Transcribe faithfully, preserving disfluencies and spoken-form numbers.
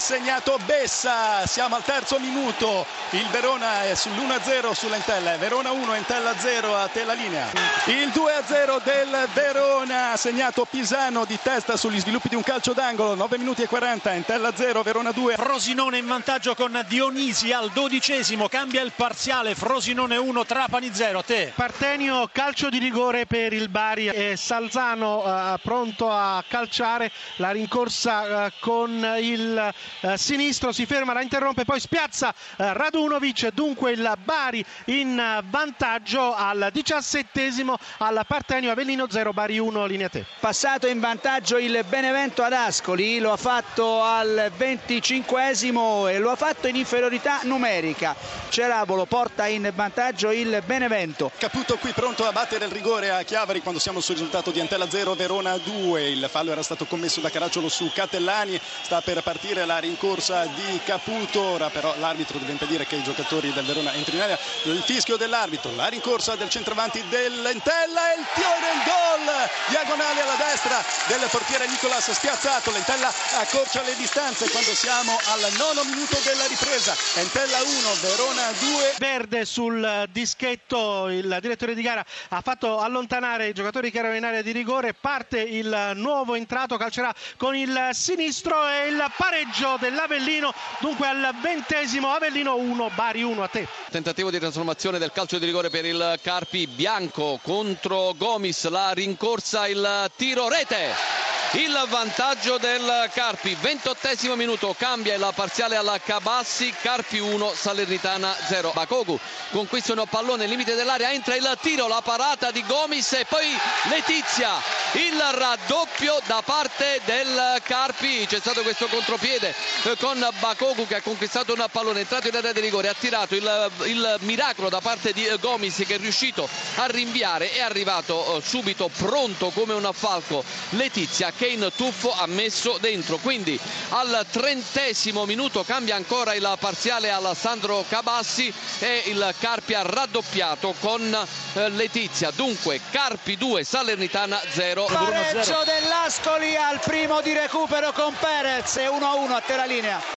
segnato Bessa, siamo al terzo minuto, il Verona è sull'uno a zero sull'Entella, Verona uno, Entella zero, a te la linea. Il due a zero del Verona, segnato Pisano di testa sugli sviluppi di un calcio d'angolo, nove minuti e quaranta, Entella zero, Verona due. Frosinone in vantaggio con Dionisi al dodicesimo, cambia il parziale, Frosinone uno, Trapani zero, a te. Partenio, calcio di rigore per il Bari e Salzano eh, pronto a calciare, la rincorsa eh, con il eh, sinistro, si ferma, la interrompe, poi spiazza eh, Radunovic, dunque il Bari in eh, vantaggio al diciassettesimo, al Partenio, Avellino zero, Bari uno, linea te. Passato in vantaggio il Benevento ad Ascoli, lo ha fatto al venticinquesimo e lo ha fatto in inferiorità numerica. Ceravolo porta in vantaggio il Benevento. Caputo qui pronto a battere il rigore a Chiavari quando siamo sul risultato di Entella zero, Verona due. Il fallo era stato commesso da Caracciolo su Catellani, sta per partire la rincorsa di Caputo, ora però l'arbitro deve impedire che i giocatori del Verona entrino in area. Il fischio dell'arbitro, la rincorsa del centravanti dell'Entella e il tiro del gol, diagonale alla destra del portiere Nicolas Spiazzato. L'Entella accorcia le distanze quando siamo al nono minuto della ripresa. Entella uno, Verona due. Verde sul dischetto, il direttore di gara ha fatto allontanare i giocatori che erano in area di rigore, parte il nuovo entrato, calcerà con il sinistro e il pareggio dell'Avellino, dunque al ventesimo, Avellino uno, Bari uno, a te. Tentativo di trasformazione del calcio di rigore per il Carpi, Bianco contro Gomis, la rincorsa, il tiro, rete. Il vantaggio del Carpi, ventottesimo minuto, cambia il parziale alla Cabassi, Carpi uno, Salernitana zero. Bakogu conquista un pallone, limite dell'area, entra il tiro, la parata di Gomis e poi Letizia, il raddoppio da parte del Carpi. C'è stato questo contropiede con Bakogu che ha conquistato un pallone, è entrato in area di rigore, ha tirato il, il miracolo da parte di Gomis che è riuscito a rinviare, è arrivato subito pronto come un falco Letizia che in tuffo ha messo dentro. Quindi al trentesimo minuto cambia ancora il parziale al Sandro Cabassi e il Carpi ha raddoppiato con eh, Letizia. Dunque Carpi due, Salernitana zero. Pareggio dell'Ascoli al primo di recupero con Perez e uno a uno, a te la linea.